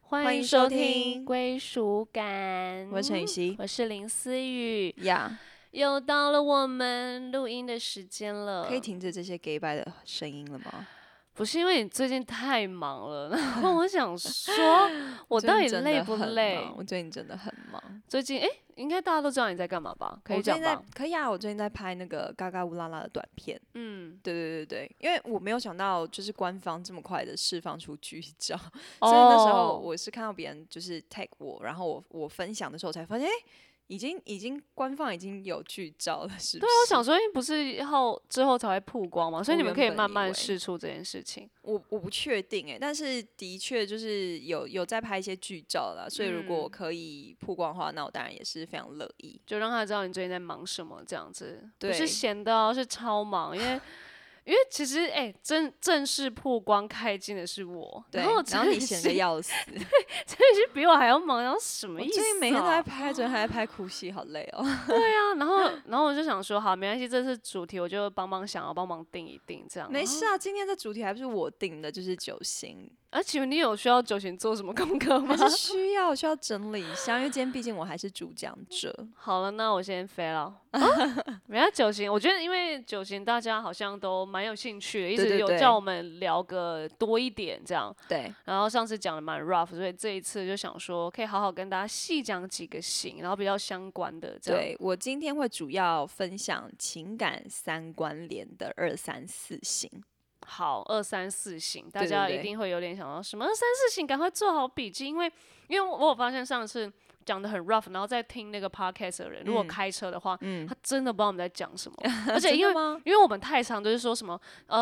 欢迎收听归属感。 我是陈雨希， 我是林思雨呀， 又到了我们录音的时间了。 可以停止这些 gay 拜的声音了吗？ 不是因为你最近太忙了，然后我想说，我到底累不累？ 我最近真的很忙。 最近应该大家都知道你在干嘛吧？可以讲吧？ 可以啊，我最近在拍那个嘎嘎乌拉拉的短片。对，因为我没有想到，就是官方这么快的释放出剧照，所以那时候我是看到别人就是 tag 我，然后我分享的时候才发现，已经官方已经有剧照了，是不是？ 对啊，我想说，因为不是之后才会曝光嘛，所以你们可以慢慢试出这件事情。 我不确定但是的确就是有在拍一些剧照啦，所以如果可以曝光的话，那我当然也是非常乐意， 就让他知道你最近在忙什么，这样子。 对， 不是闲的哦，是超忙，因为其实正式曝光开镜的是我， 对， 然后你闲得要死， 对，陈雨希比我还要忙，然后什么意思？ 我最近每天都在拍，昨天还在拍哭戏，好累哦。 对啊，然后我就想说，好，没关系，这次主题我就帮忙定一定，这样。 没事啊，今天这主题还不是我定的，就是酒精。 请问你有需要酒型做什么功课吗？ 还是需要整理一下，因为今天毕竟我还是主讲者。 好了，那我先飞了。人家酒型，我觉得因为酒型大家好像都蛮有兴趣的，一直有叫我们聊个多一点这样。 对。 然后上次讲的蛮 rough， 所以这一次就想说可以好好跟大家细讲几个型，然后比较相关的这样。 对，我今天会主要分享情感三关联的2、3、4型。 好，2、3、4型，大家一定会有点想到什么2、3、4型，赶快做好笔记，因为我有发现上次讲的很 rough， 然后在听那个 podcast 的人，如果开车的话，他真的不知道我们在讲什么，而且因为我们太常就是说什么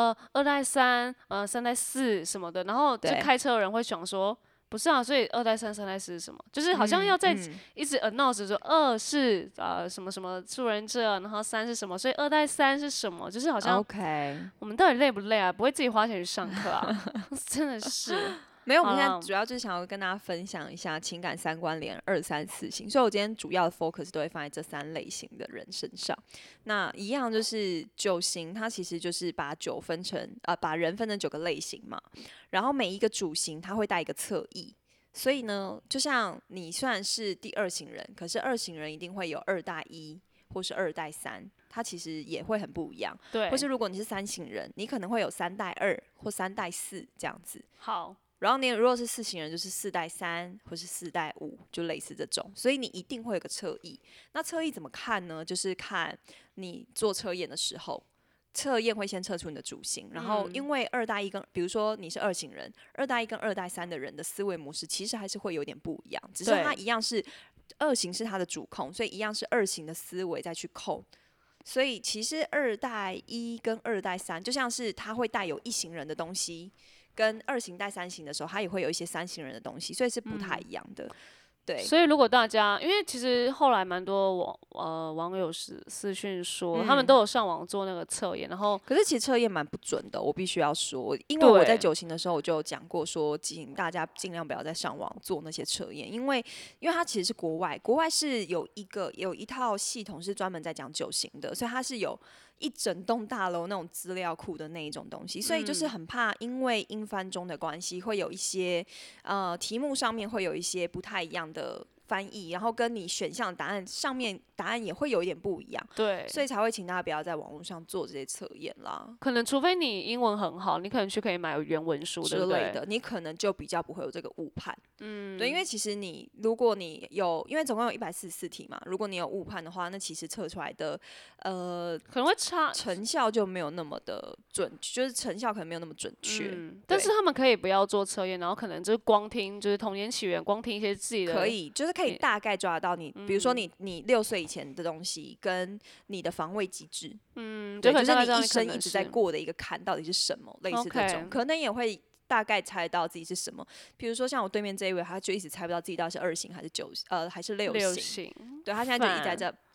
2代3、3代4什么的，然后就开车的人会想说。不是啊，所以2代3、3代4是什么？就是好像要在一直 announce 说2是什么什么助人者，然后3是什么，所以2代3是什么？就是好像 OK， 我们到底累不累啊？不会自己花钱去上课啊？真的是。 没有，我们现在主要就是想要跟大家分享一下情感三关联2、3、4型，所以我今天主要的 focus 都会放在这3类型的人身上。那一样就是9型，它其实就是把把人分成9个类型嘛，然后每一个主型它会带一个侧翼。所以呢，就像你虽然是第2型人，可是2型人一定会有2代1或是2代3，它其实也会很不一样。 对， 或是如果你是3型人，你可能会有3代2或3代4这样子。 好。 然后你如果是4型人，就是4代3或是4代5，就类似这种，所以你一定会有个侧翼。那侧翼怎么看呢？就是看你做测验的时候，测验会先测出你的主型，然后因为2代1跟，比如说你是2型人，2代1跟2代3的人的思维模式其实还是会有点不一样，只是它一样是2型是它的主控，所以一样是2型的思维再去控。所以其实2代1跟2代3就像是它会带有1型人的东西。跟2型带3型的时候，它也会有一些3型人的东西，所以是不太一样的。对， 所以如果大家，因为其实后来蛮多网友私讯说，他们都有上网做那个测验，然后可是其实测验蛮不准的，我必须要说，因为我在9型的时候我就有讲过说，请大家尽量不要再上网做那些测验，因为它其实是国外是有一套系统是专门在讲9型的，所以它是有一整栋大楼那种资料库的那一种东西，所以就是很怕因为英翻中的关系，会有一些题目上面会有一些不太一样的翻译，然后跟你选项答案上面答案也会有一点不一样， 对， 所以才会请大家不要在网络上做这些测验啦。 可能除非你英文很好，你可能可以买原文书之类的，你可能就比较不会有这个误判。对，因为其实如果你有，因为总共有144题嘛，如果你有误判的话，那其实测出来的可能会差， 成效就没有那么的准，就是成效可能没有那么准确。 但是他们可以不要做测验，然后可能就是光听，就是童年起源，光听一些自己的， 可以，就是可以大概抓得到你，比如说你6岁以前的东西，跟你的防卫机制，对，就是你一生一直在过的一个坎到底是什么，类似这种，可能也会大概猜到自己是什么。比如说像我对面这一位，他就一直猜不到自己到底是2型还是6型，对，他现在就一直在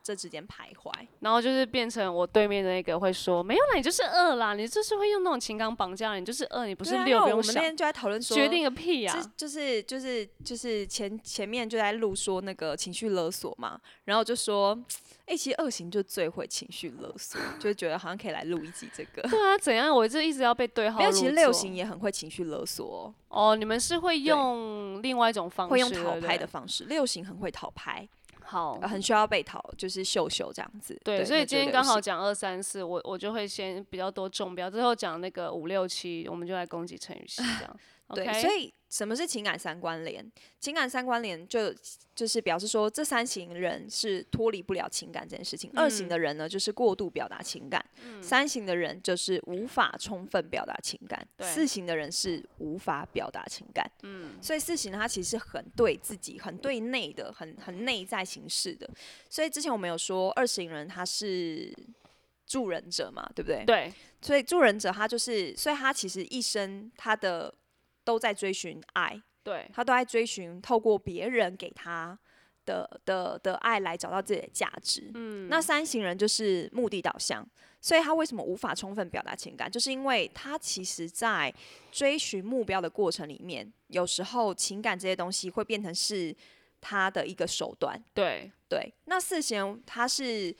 这之间徘徊， 然后就是变成我对面的那个会说，没有啦，你就是2啦，你就是会用那种情感绑架，你就是2，你不是6，不用想。 我们那天就在讨论说， 决定个屁呀、 就是前面就在录说那个情绪勒索嘛，然后就说，其实2型就最会情绪勒索，就觉得好像可以来录一集这个。 对啊，怎样？我这一直要被对号入座。 没有，其实6型也很会情绪勒索哦。你们是会用另外一种方式， 会用讨拍的方式。6型很会讨拍。 好， 很需要被讨，就是秀秀这样子。 对，所以今天刚好讲2、3、4，我就会先比较多中标，之后讲那个5、6、7，我们就来攻击陈宇希这样。 对， okay? 所以什么是情感3关联？情感3关联就是表示说，这3型人是脱离不了情感这件事情。2型的人呢，就是过度表达情感；3型的人就是无法充分表达情感；4型的人是无法表达情感。所以4型他其实很对自己、很对内的、很内在形式的。所以之前我们有说，2型人他是助人者嘛，对不对？ 对。 所以助人者他就是，所以他其实一生他的都在追寻爱， 对， 他都在追寻透过别人给他的爱来找到自己的价值。那3型人就是目的导向，所以他为什么无法充分表达情感，就是因为他其实在追寻目标的过程里面，有时候情感这些东西会变成是他的一个手段。 对， 那4型人他是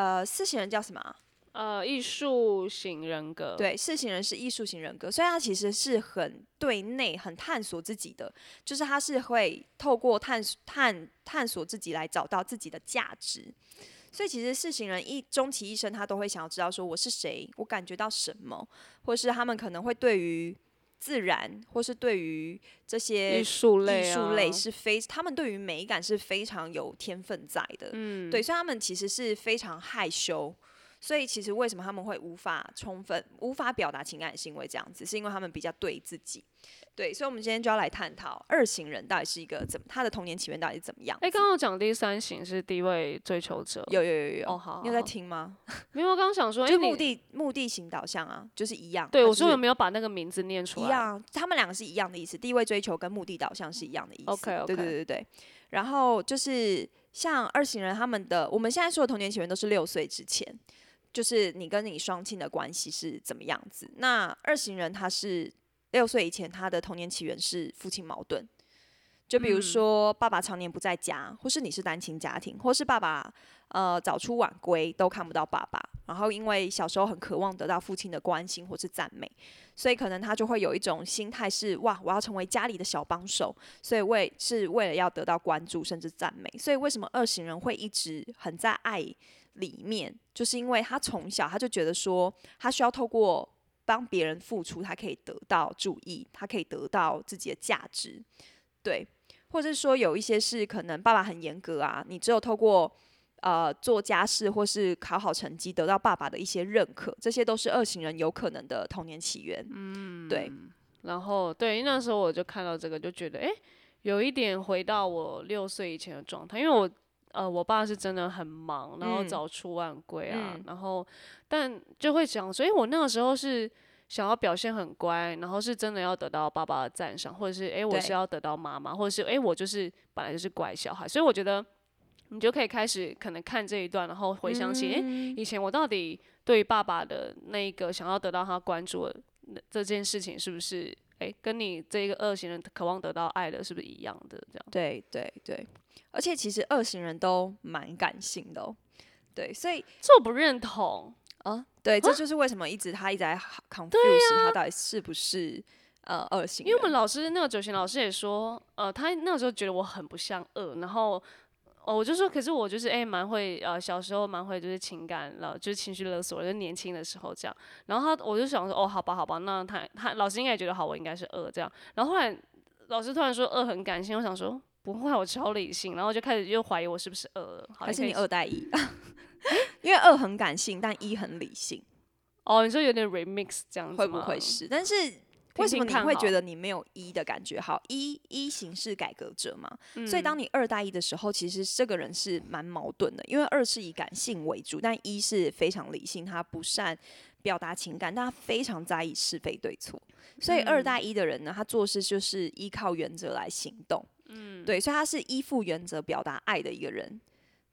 4型人叫什么啊？ 艺术型人格。 对，4型人是艺术型人格，所以他其实是很对内、很探索自己的，就是他是会透过探索自己来找到自己的价值。所以其实4型人终其一生，他都会想要知道说我是谁，我感觉到什么，或是他们可能会对于自然，或是对于这些艺术类是他们对于美感是非常有天分在的。对，所以他们其实是非常害羞。所以其实为什么他们会无法表达情感行为这样子，是因为他们比较对自己。对，所以我们今天就要来探讨2型人到底是一个他的童年起源到底是怎么样。 刚刚讲第3型是第一位追求者。 有。 哦，好， 你有在听吗？ 没有，我刚刚想说， 就目的型导向啊，就是一样。 对，我说有没有把那个名字念出来？ 一样，他们2个是一样的意思。第一位追求跟目的导向是一样的意思。 OK。 对。然后就是像2型人，他们的我们现在说的童年起源都是6岁之前。就是你跟你双亲的关系是怎么样子？那2型人他是6岁以前，他的童年起源是父亲矛盾。就比如说爸爸常年不在家，或是你是单亲家庭，或是爸爸早出晚归都看不到爸爸，然后因为小时候很渴望得到父亲的关心或是赞美，所以可能他就会有一种心态是哇，我要成为家里的小帮手，所以是为了要得到关注甚至赞美。所以为什么2型人会一直很在爱里面，就是因为他从小他就觉得说，他需要透过帮别人付出，他可以得到注意，他可以得到自己的价值。对，或者是说有一些是可能爸爸很严格啊，你只有透过做家事或是考好成绩得到爸爸的一些认可，这些都是2型人有可能的童年起源。对。 然后对，那时候我就看到这个，就觉得有一点回到我6岁以前的状态，因为我爸是真的很忙，然后早出晚归啊，然后但就会想说，我那个时候是想要表现很乖，然后是真的要得到爸爸的赞赏，或者是我是要得到妈妈，或者是我就是本来就是乖小孩，所以我觉得你就可以开始可能看这一段，然后回想起以前我到底对于爸爸的那个想要得到他关注的这件事情是不是跟你这个2型人渴望得到爱的是不是一样的这样？ 对，而且其实2型人都蛮感性的对，所以这我不认同对，这就是为什么他一直在 confuse 他到底是不是2型人。 因为我们老师那个9型老师也说，他那个时候觉得我很不像2，然后我就说，可是我就是蛮会小时候蛮会就是情感了，就是情绪勒索，就是年轻的时候这样。然后我就想说，好吧，那他老师应该也觉得好，我应该是2这样。然后后来老师突然说2很感性，我想说不会，我超理性，然后就开始又怀疑我是不是2了。 还是你2带1？因为2很感性，但1很理性。 你说有点 remix 这样子吗？ 会不会是？但是为什么你会觉得你没有1的感觉？好，一型是改革者嘛，所以当你2带1的时候，其实这个人是蛮矛盾的，因为2是以感性为主，但1是非常理性，他不善表达情感，但他非常在意是非对错。所以2带1的人呢，他做事就是依靠原则来行动。对，所以他是依附原则表达爱的一个人。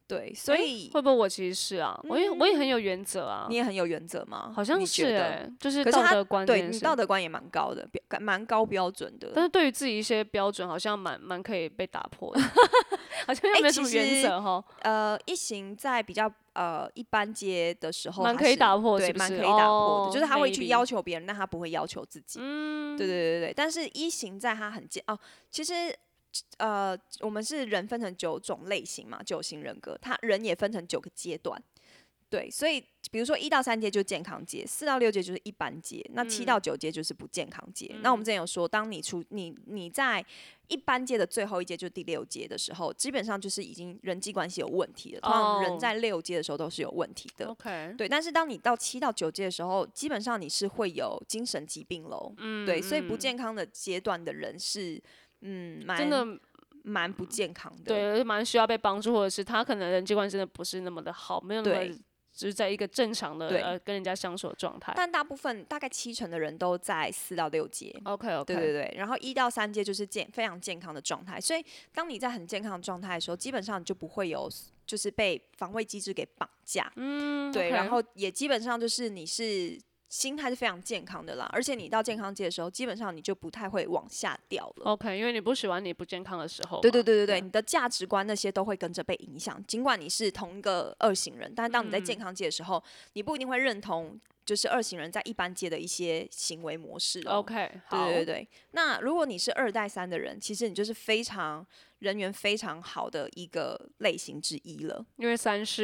对，所以会不会我其实是啊？我也很有原则啊。 你也很有原则吗？ 好像是就是可是道德观这对件事。 你道德观也蛮高的，蛮高标准的。 但是对于自己一些标准，好像蛮可以被打破的，好像又没什么原则哈。 一行在比较一般阶的时候， 蛮可以打破， 对，蛮可以打破的，就是他会去要求别人，但他不会要求自己。对。但是一行在他很其实我们是人分成9种类型嘛，9型人格，他人也分成9个阶段。对，所以比如说1到3阶就是健康阶，4到6阶就是一般阶，那7到9阶就是不健康阶。那我们之前有说，当你在一般阶的最后一阶，就是第6阶的时候，基本上就是已经人际关系有问题了。通常人在6阶的时候都是有问题的。 OK， 对，但是当你到7到9阶的时候，基本上你是会有精神疾病喽。对，所以不健康的阶段的人是真的蛮不健康的， 对，蛮需要被帮助，或者是他可能人际关系真的不是那么的好，没有那么就是在一个正常的跟人家相处的状态。 但大部分大概70%的人都在4到6阶。 OK， 对。然后1到3阶就是非常健康的状态，所以当你在很健康的状态的时候，基本上你就不会有就是被防卫机制给绑架。对， okay， 然后也基本上就是你是心态是非常健康的啦，而且你到健康阶的时候，基本上你就不太会往下掉了。 OK， 因为你不喜欢你不健康的时候。 对，你的价值观那些都会跟着被影响。尽管你是同一个2型人，但是当你在健康阶的时候，你不一定会认同就是2型人在一般阶的一些行为模式。 OK， 好。 对。那如果你是2带3的人，其实你就是人缘非常好的一个类型之一了。 因为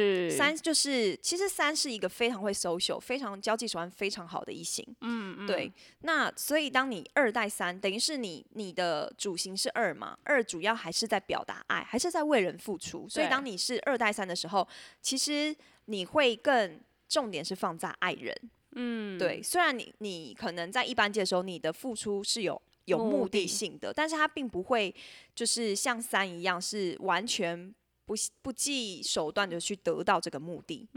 3 就是其实3是一个非常会 social、非常交际手腕非常好的一型。对。那所以当你2带3，等于是你的主型是2嘛，2主要还是在表达爱，还是在为人付出。所以当你是2带3的时候，其实你会更重点是放在爱人。对。虽然你可能在一般阶的时候，你的付出是有目的性的，但是它并不会就是像3一样是完全不计手段的去得到这个目的。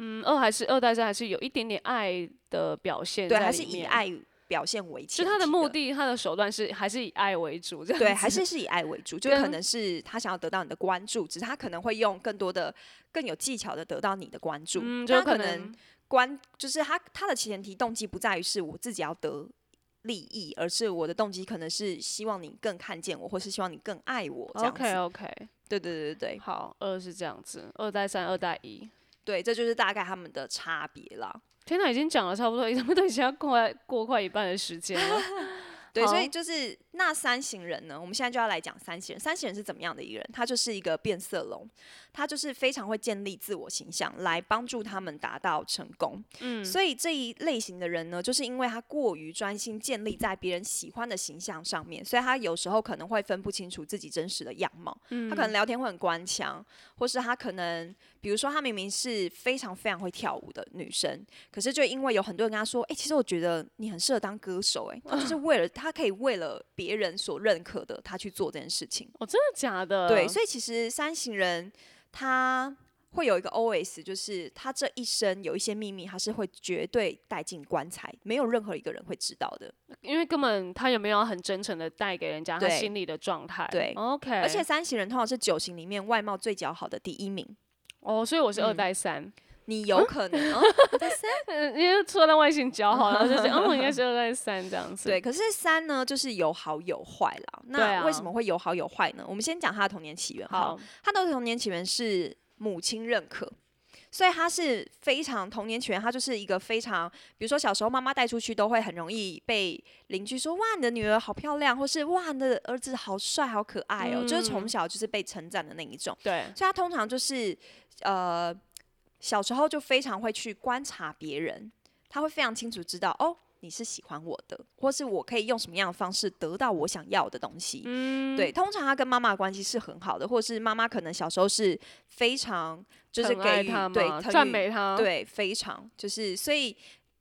2带3还是有一点点爱的表现在里面， 对，还是以爱表现为前提的。 就他的目的，他的手段还是以爱为主，这样子。 对，还是以爱为主，就可能是他想要得到你的关注，只是他可能会用更有技巧的得到你的关注。 就可能就是他的前提动机不在于是我自己要得利益，而是我的动机可能是希望你更看见我，或是希望你更爱我这样子。 OK， 对。 好，2是这样子，2带3，2带1。 对，这就是大概他们的差别啦。 天哪，已经讲了差不多，他们都已经要过快一半的时间了。 对，所以就是那3型人呢，我们现在就要来讲3型人。3型人是怎么样的一个人？他就是一个变色龙，他就是非常会建立自我形象，来帮助他们达到成功。所以这一类型的人呢，就是因为他过于专心建立在别人喜欢的形象上面，所以他有时候可能会分不清楚自己真实的样貌。他可能聊天会很官腔，或是他可能，比如说他明明是非常非常会跳舞的女生，可是就因为有很多人跟他说，其实我觉得你很适合当歌手，他就是他可以为了别人所认可的，他去做这件事情。 真的假的？ 对，所以其实3型人他会有一个 OS， 就是他这一生有一些秘密，他是会绝对带进棺材，没有任何一个人会知道的。 因为根本他有没有很真诚的带给人家他心里的状态。 对 ，OK。 而且3型人通常是9型里面外貌最姣好的第1名。 所以我是2带3。 你有可能2带 3，因为说到外形姣好，然后就想，我应该是2带3这样子。 对，可是3呢，就是有好有坏啦。那为什么会有好有坏呢？我们先讲他的童年起源。好，他的童年起源是母亲认可，所以他是非常童年起源，他就是一个非常，比如说小时候妈妈带出去都会很容易被邻居说，哇，你的女儿好漂亮，或是哇，你的儿子好帅好可爱哦，就是从小就是被称赞的那一种。 对， 所以他通常就是小时候就非常会去观察别人，他会非常清楚知道你是喜欢我的，或是我可以用什么样的方式得到我想要的东西。对，通常他跟妈妈的关系是很好的，或是妈妈可能小时候是非常就是给予对赞美他， 对，非常就是所以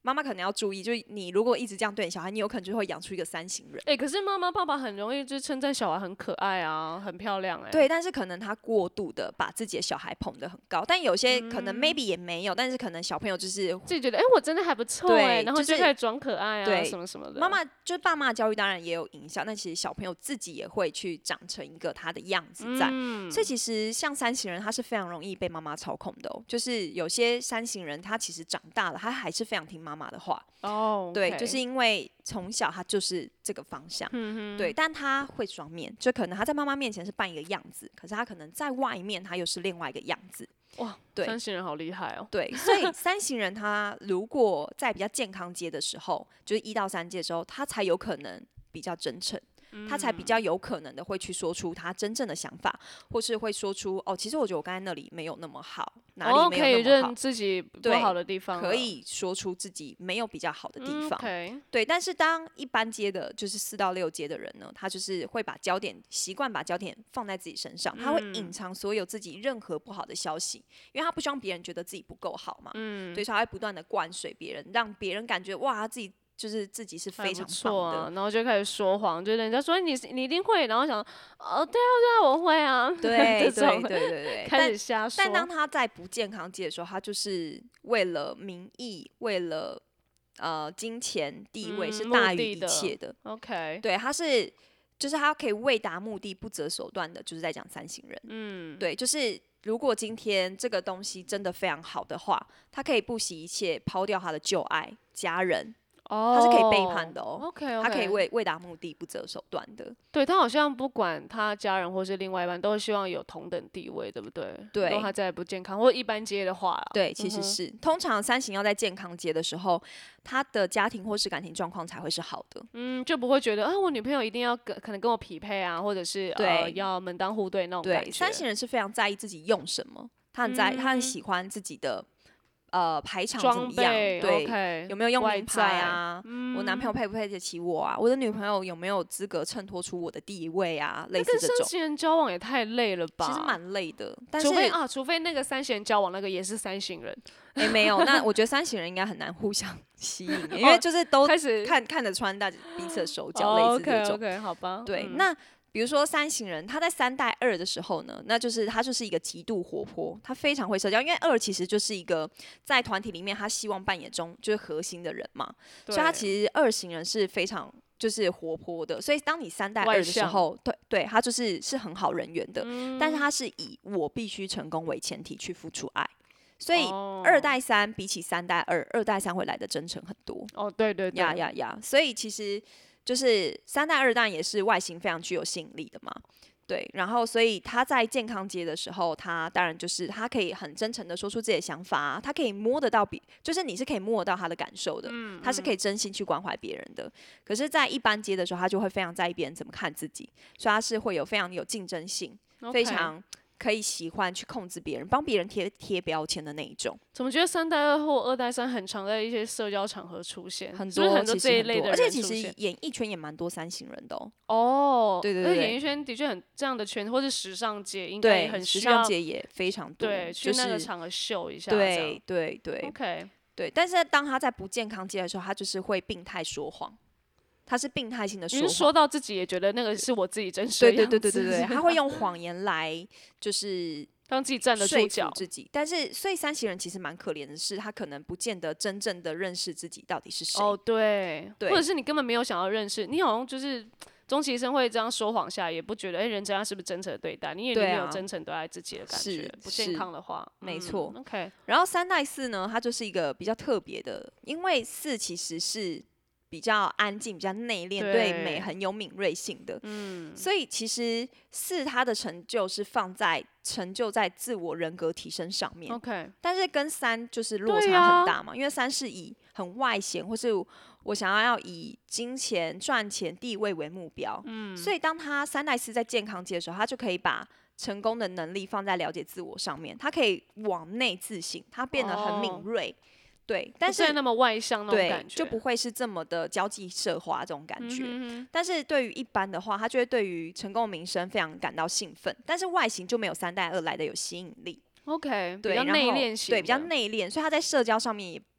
妈妈可能要注意，就是你如果一直这样对你小孩，你有可能就会养出一个3型人。 可是妈妈爸爸很容易就称赞小孩很可爱啊，很漂亮对，但是可能他过度的把自己的小孩捧得很高，但有些可能 maybe 也没有，但是可能小朋友就是自己觉得我真的还不错然后就开始装可爱啊，什么什么的。 妈妈就是爸妈的教育当然也有影响，但其实小朋友自己也会去长成一个他的样子在。所以其实像3型人，他是非常容易被妈妈操控的就是有些3型人他其实长大了，他还是非常听妈妈的话。对，就是因为从小他就是这个方向。对，但他会双面，就可能他在妈妈面前是扮一个样子，可是他可能在外面他又是另外一个样子。 哇，对，3型人好厉害哦。 对，所以3型人他如果在比较健康阶的时候，就是1到3阶的时候，他才有可能比较真诚。他才比较有可能的会去说出他真正的想法，或是会说出其实我觉得我刚才那里没有那么好，哪里没有那么好， 可以认自己不好的地方， 可以说出自己没有比较好的地方。对，但是当一般阶的，就是4到6阶的人呢，他就是会把焦点习惯把焦点放在自己身上，他会隐藏所有自己任何不好的消息，因为他不希望别人觉得自己不够好嘛。所以他会不断的灌水别人，让别人感觉哇，他自己就是自己是非常棒的， 然后就开始说谎，就人家说你一定会，然后想对啊我会啊， 对， 开始瞎说。 但当他在不健康阶的时候，他就是为了名义，为了金钱地位是大于一切的。对，他是就是他可以为达目的不择手段的，就是在讲3型人。对，就是如果今天这个东西真的非常好的话，他可以不惜一切抛掉他的旧爱、家人。他是可以背叛的他可以为达目的不择手段的。 对，他好像不管他家人或是另外一半，都希望有同等地位，对不对？ 对， 如果他在不健康或一般阶的话对，其实是通常3型要在健康阶的时候，他的家庭或是感情状况才会是好的。 就不会觉得我女朋友一定要可能跟我匹配啊，或者是要门当户对那种感觉。 对，3型人是非常在意自己用什么，他很喜欢自己的。排场怎么样？对，有没有用名牌啊？我男朋友配不配得起我啊？我的女朋友有没有资格衬托出我的地位啊？类似这种。 跟3型人交往也太累了吧？ 其实蛮累的，但是除非那个3型人交往那个也是3型人。 没有，那我觉得3型人应该很难互相吸引，因为就是都开始看得穿大家彼此的手脚，类似这种。 OK， 好吧。 对，那。比如说3型人，他在3带2的时候呢，那就是他就是一个极度活泼，他非常会社交，因为2其实就是一个在团体里面他希望扮演中就是核心的人嘛，所以他其实2型人是非常就是活泼的，所以当你3带2的时候，对，他是很好人缘的，但是他是以我必须成功为前提去付出爱。所以2带3比起3带2带3会来的真诚很多。 对所以其实。就是3带2当然也是外形非常具有吸引力的嘛，对，然后所以他在健康阶的时候，他当然就是他可以很真诚的说出自己的想法啊，他可以摸得到就是你是可以摸得到他的感受的，他是可以真心去关怀别人的。可是，在一般阶的时候，他就会非常在意别人怎么看自己，所以他是会有非常有竞争性，非常。可以喜欢去控制别人，帮别人贴标签的那一种。 怎么觉得3带2或2带3很常在一些社交场合出现， 很多这一类的人， 而且其实演艺圈也蛮多3型人的对， 演艺圈的确很这样的圈，或是时尚界应该也很时尚界也非常多， 对，去那个场合秀一下， 对 ，OK， 对。但是当他在不健康界的时候，他就是会病态说谎。他是病态性的说谎， 说到自己也觉得那个是我自己真实的样子。 对，他会用谎言来就是让自己站得住脚， 自己。但是，所以3型人其实蛮可怜的是，他可能不见得真正的认识自己到底是谁。 对，或者是你根本没有想要认识，你好像就是终其一生会这样说谎下，也不觉得人家是不是真诚的对待你，也没有真诚对待自己的感觉。不健康的话， 没错。 OK， 然后3带4呢，它就是一个比较特别的，因为4其实是。比较安静、比较内敛，对美很有敏锐性的，所以其实4它的成就是成就在自我人格提升上面。 OK， 但是跟3就是落差很大嘛，因为3是以很外显，或是我想要以金钱、赚钱、地位为目标，所以当他3带4在健康界的时候，他就可以把成功的能力放在了解自我上面，他可以往内自省，他变得很敏锐。对，但是不那么外向那种感觉， 就不会是这么的交际奢华这种感觉。但是对于一般的话，他就会对于成功名声非常感到兴奋，但是外形就没有3带2来的有吸引力。 OK， 对， 比较内敛型， 对，比较内敛，所以他在社交上面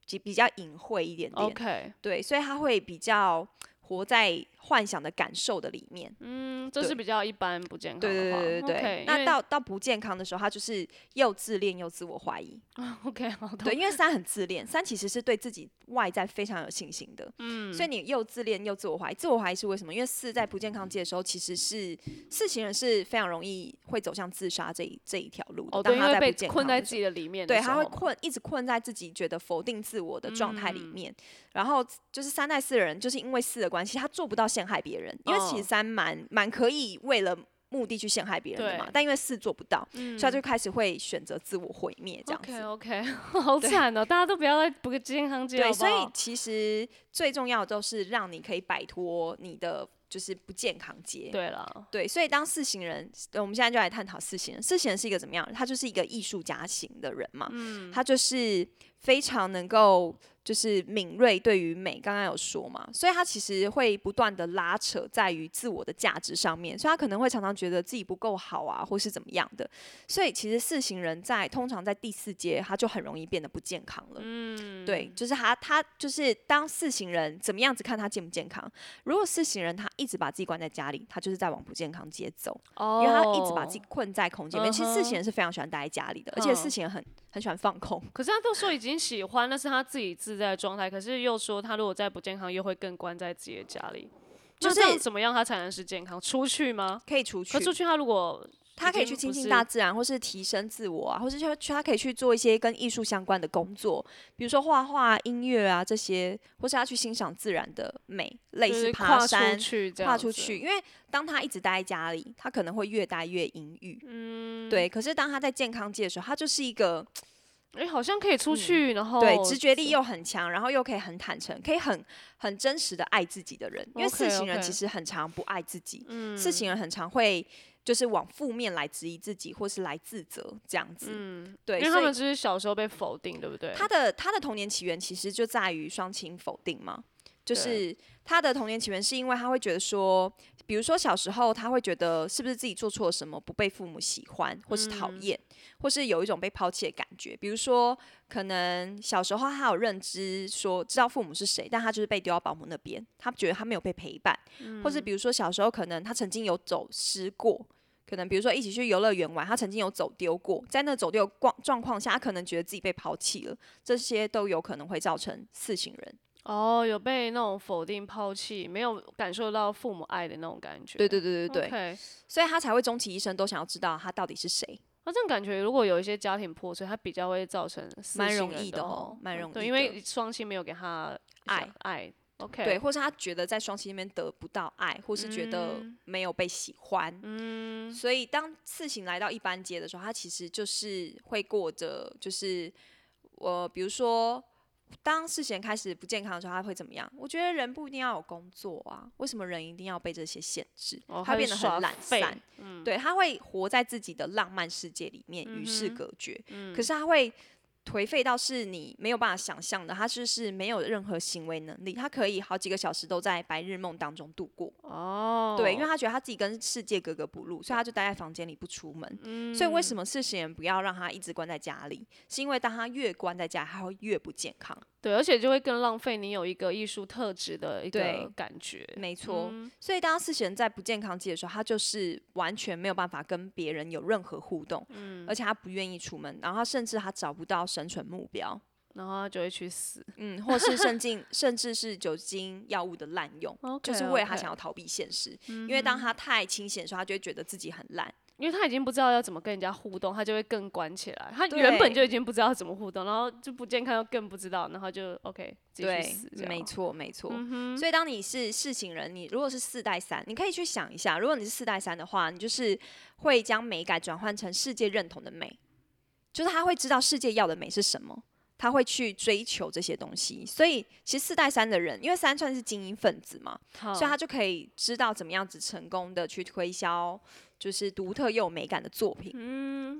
比较隐晦一点点。 OK， 对，所以他会比较活在幻想的感受的里面。 这是比较一般不健康的话。 对。 OK， 那到不健康的时候，他就是又自恋又自我怀疑。 OK， 好对，因为3很自恋，3其实是对自己外在非常有信心的。所以你又自恋又自我怀疑。自我怀疑是为什么？因为4在不健康界的时候，其实是4型人是非常容易会走向自杀这一条路的。 对，因为被不健康困在自己的里面的对， 时候， 他会一直困在自己觉得否定自我的状态里面。然后就是3带4的人，就是因为4的关系，他做不到陷害别人，因为其实3蛮可以为了目的去陷害别人的嘛，但因为4做不到，所以他就开始会选择自我毁灭这样子。 OK， 好惨哦！大家都不要再不健康界， 对，所以其实最重要的都是让你可以摆脱你的就是不健康阶。 对了， 对，所以当4型人，我们现在就来探讨4型人。4型人是一个怎么样人？他就是一个艺术家型的人嘛，他就是非常能够就是敏锐对于美，刚刚有说嘛，所以他其实会不断的拉扯在于自我的价值上面，所以他可能会常常觉得自己不够好啊，或是怎么样的。所以其实4型人通常在第4阶，他就很容易变得不健康了。对，就是他就是当4型人怎么样子看他健不健康？如果4型人他一直把自己关在家里，他就是在往不健康街走，因为他一直把自己困在空间里面。其实4型人是非常喜欢待在家里的，而且4型人很喜欢放空。 可是他都说已经喜欢，那是他自己自在的状态。可是又说他如果再不健康，又会更关在自己的家里。就是怎么样他才能是健康？出去吗？ 可以出去。 可出去他如果他可以去亲近大自然，或是提升自我啊，或是他可以去做一些跟艺术相关的工作，比如说画画、音乐啊这些，或是他去欣赏自然的美，类似爬山、跨出去。因为当他一直待在家里，他可能会越待越阴郁。对。可是当他在健康界的时候，他就是一个。 好像可以出去，然后对直觉力又很强，然后又可以很坦诚，可以很真实的爱自己的人。因为4型人其实很常不爱自己，4型人很常会就是往负面来质疑自己，或是来自责这样子。对， 因为他们就是小时候被否定，对不对？ 他的童年起源其实就在于双亲否定嘛，就是他的童年起源是因为他会觉得说，比如说小时候他会觉得是不是自己做错了什么，不被父母喜欢，或是讨厌。或是有一种被抛弃的感觉，比如说，可能小时候他有认知说知道父母是谁，但他就是被丢到保姆那边，他觉得他没有被陪伴。或是比如说小时候可能他曾经有走失过，可能比如说一起去游乐园玩，他曾经有走丢过，在那走丢状况下，他可能觉得自己被抛弃了，这些都有可能会造成4型人。 有被那种否定、抛弃，没有感受到父母爱的那种感觉。 对。 Okay. 所以他才会终其一生都想要知道他到底是谁。 这种感觉，如果有一些家庭破碎，它比较会造成蛮容易的哦，蛮容易的。 对，因为双亲没有给他爱。OK。 对，或是他觉得在双亲那边得不到爱，或是觉得没有被喜欢。所以当4型来到一般阶的时候，他其实就是会过着，就是比如说。当4型人开始不健康的时候，他会怎么样？我觉得人不一定要有工作啊，为什么人一定要被这些限制？他变得很懒散，对，他会活在自己的浪漫世界里面，与世隔绝。可是他会颓废到是你没有办法想象的，他就是没有任何行为能力，他可以好几个小时都在白日梦当中度过。对，因为他觉得他自己跟世界格格不入，所以他就待在房间里不出门。所以为什么4型人不要让他一直关在家里？是因为当他越关在家，他会越不健康。 对，而且就会更浪费你有一个艺术特质的一个感觉。 没错。所以当4型人在不健康界的时候，他就是完全没有办法跟别人有任何互动，而且他不愿意出门，然后甚至他找不到生存目标， 然后他就会去死。 或是甚至是酒精药物的滥用，就是为了他想要逃避现实。因为当他太清醒的时候，他就会觉得自己很烂。 因为他已经不知道要怎么跟人家互动，他就会更关起来。他原本就已经不知道怎么互动，然后就不健康又更不知道，然后就 OK 继续死。 对，没错。所以当你是4型人，你如果是4带3，你可以去想一下，如果你是4带3的话，你就是会将美感转换成世界认同的美，就是他会知道世界要的美是什么。他会去追求这些东西，所以其实4带3的人，因为3算是精英分子嘛，所以他就可以知道怎么样子成功的去推销，就是独特又有美感的作品。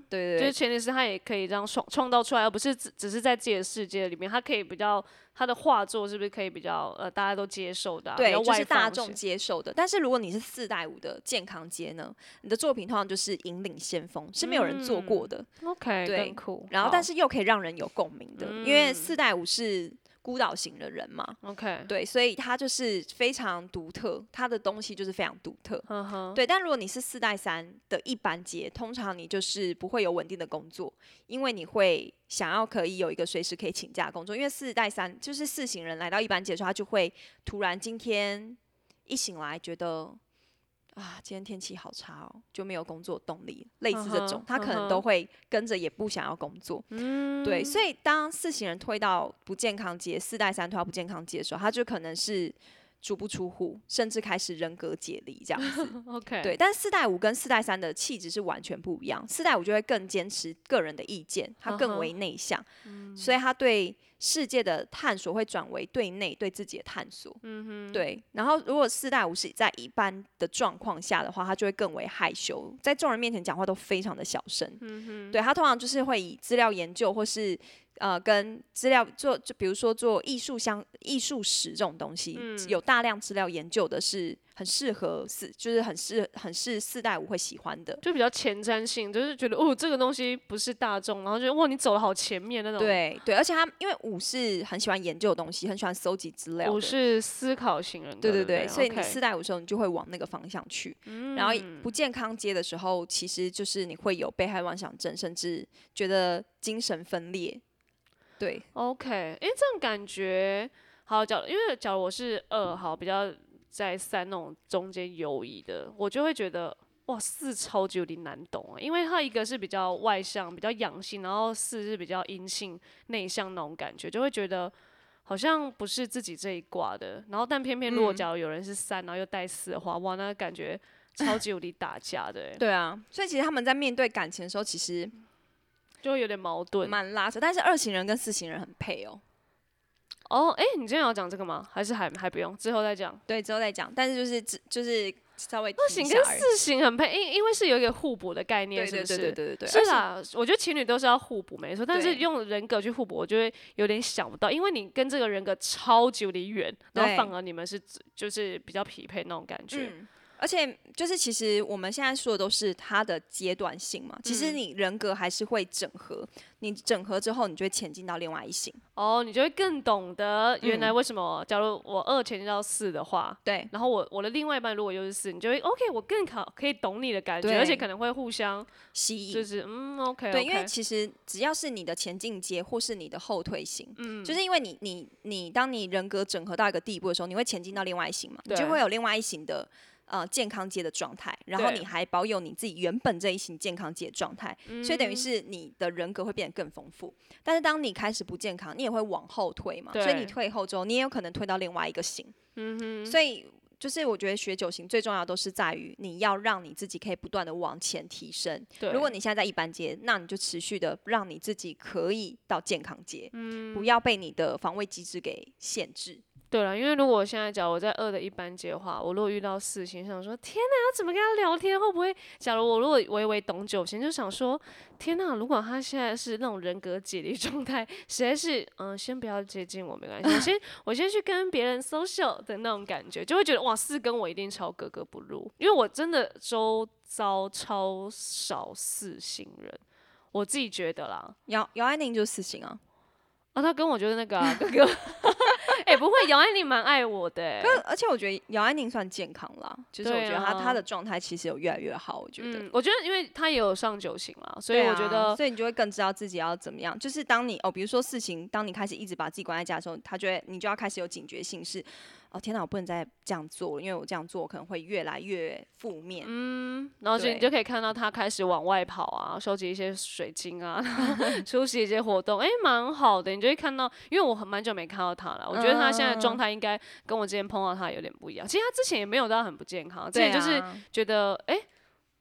对对对， 就是前提是他也可以这样创造出来，而不是只是在自己的世界里面，他可以比较他的画作是不是可以比较大家都接受的、 对， 比较就是外放大众接受的。但是如果你是4-5的健康街呢，你的作品通常就是引领先锋，是没有人做过的。 OK， 对， 更酷。 然后但是又可以让人有共鸣的，因为4-5是孤岛型的人嘛。 OK， 对，所以他就是非常独特，他的东西就是非常独特。对，但如果你是4-3的一般街，通常你就是不会有稳定的工作，因为你会想要可以有一个随时可以请假的工作，因为4-3就是4型人来到一般街的时候，他就会突然今天一醒来觉得啊，今天天气好差哦，就没有工作动力，类似这种，他可能都会跟着也不想要工作。对，所以当4型人推到不健康街，4-3推到不健康街的时候，他就可能是足不出户，甚至开始人格解离这样子。 OK， 对，但是4-5跟4-3的气质是完全不一样，4-5就会更坚持个人的意见，他更为内向，所以他对世界的探索会转为对内对自己的探索。对。然后如果4-5是在一般的状况下的话，他就会更为害羞，在众人面前讲话都非常的小声。对，他通常就是会以资料研究或是跟资料做，就比如说做艺术史这种东西，有大量资料研究的是很适合就是很是4-5会喜欢的， 就比较前瞻性，就是觉得哦这个东西不是大众，然后觉得哇你走的好前面那种。 对对，而且他因为5是很喜欢研究的东西，很喜欢搜集资料的。 5是思考型人格。 对对对， 对， 所以你 OK 4-5的时候，你就会往那个方向去。然后不健康街的时候，其实就是你会有被害妄想症，甚至觉得精神分裂。对 OK，这样感觉好。因为假如我是2，好比较在3那种中间游移的，我就会觉得哇4超级有点难懂啊，因为它一个是比较外向、比较阳性，然后4是比较阴性、内向那种感觉，就会觉得好像不是自己这一挂的。然后但偏偏如果假如有人是3，然后又带4的话，哇，那感觉超级有点打架的。 对啊，所以其实他们在面对感情的时候，其实就会有点矛盾， 蛮拉扯。但是2型人跟4型人很配哦。 哦，你今天要讲这个吗？还是还不用，之后再讲？ 对，之后再讲。但是就是稍微 2型跟4型很配，因为是有一个互补的概念，是不是？ 对， 是啦，我觉得情侣都是要互补，没错。但是用人格去互补，我就会有点想不到，因为你跟这个人格超级离远，然后反而你们是就是比较匹配那种感觉。 而且就是其实我们现在说的都是它的阶段性嘛，其实你人格还是会整合，你整合之后，你就会前进到另外一型。 哦，你就会更懂得原来为什么，假如我2前进到4的话， 对， 然后我的另外一半如果又是4，你就会 OK， 我更可以懂你的感觉，而且可能会互相吸引， 就是 OK， 对，因为其实只要是你的前进阶或是你的后退型，就是因为你当你人格整合到一个地步的时候，你会前进到另外一型嘛，你就会有另外一型的。健康界的状态，然后你还保有你自己原本这一型健康界的状态，所以等于是你的人格会变得更丰富。但是当你开始不健康，你也会往后退嘛，所以你退后之后，你也有可能退到另外一个型。所以就是我觉得学9型最重要的都是在于你要让你自己可以不断的往前提升。如果你现在在一般阶，那你就持续的让你自己可以到健康阶，不要被你的防卫机制给限制。 对了，因为如果我现在假如我在2的一般阶的话，我如果遇到4型，想说天哪，要怎么跟他聊天？会不会？假如我如果微微懂9型，就想说天哪，如果他现在是那种人格解离状态，实在是先不要接近我，没关系，我先去跟别人 social 的那种感觉，就会觉得哇4跟我一定超格格不入，因为我真的周遭超少4型人，我自己觉得啦。 姚安宁就是4型啊。 他跟我就是那个哥哥。不会，姚安宁蛮爱我的。 而且我觉得姚安宁算健康啦，就是我觉得他的状态其实有越来越好。我觉得， 我觉得因为他也有上9型啦，所以我觉得， 所以你就会更知道自己要怎么样。就是当你比如说4型，当你开始一直把自己关在家的时候，你就要开始有警觉性是。天哪，我不能再这样做了，因为我这样做可能会越来越负面。 然后你就可以看到他开始往外跑啊，收集一些水晶啊，出席一些活动，蛮好的。你就会看到，因为我蛮久没看到他了，我觉得他现在的状态应该跟我之前碰到他有点不一样。其实他之前也没有到很不健康，之前就是觉得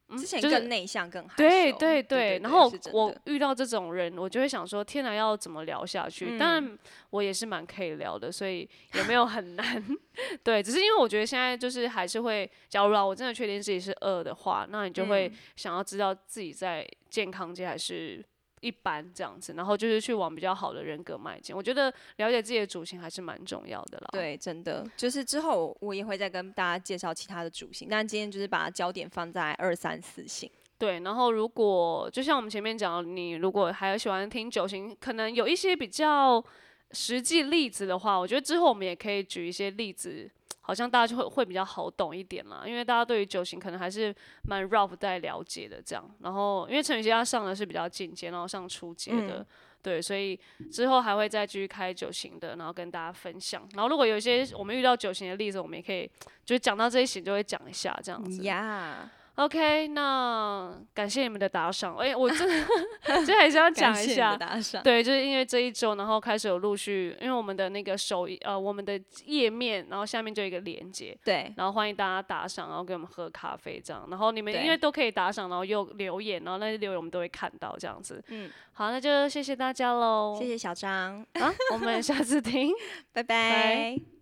之前就是更内向更害羞。 对对对， 然后是真的我遇到这种人，我就会想说，天哪，要怎么聊下去？当然我也是蛮可以聊的，所以也没有很难。对，只是因为我觉得现在就是还是会，假如我真的确定自己是2的话，那你就会想要知道自己在健康界还是一般这样子，然后就是去往比较好的人格迈进。我觉得了解自己的主型还是蛮重要的啦。 对，真的就是之后我也会再跟大家介绍其他的主型，但今天就是把焦点放在2、3、4型。 对，然后如果就像我们前面讲的，你如果还喜欢听9型，可能有一些比较实际例子的话，我觉得之后我们也可以举一些例子，好像大家就会比较好懂一点啦。因为大家对于9型可能还是蛮 rough 在了解的这样。然后因为陈雨希他上的是比较进阶，然后上初阶的。对，所以之后还会再继续开9型的，然后跟大家分享。然后如果有一些我们遇到9型的例子，我们也可以就是讲到这一型就会讲一下这样子。OK， 那感谢你们的打赏。我真的这还是要讲一下，对，就是因为这一周，然后开始有陆续，因为我们的那个我们的页面，然后下面就有一个连接， 对， 然后欢迎大家打赏，然后给我们喝咖啡这样。然后你们因为都可以打赏，然后又留言，然后那些留言我们都会看到这样子。好，那就谢谢大家喽， 谢谢小张我们下次听， 拜拜。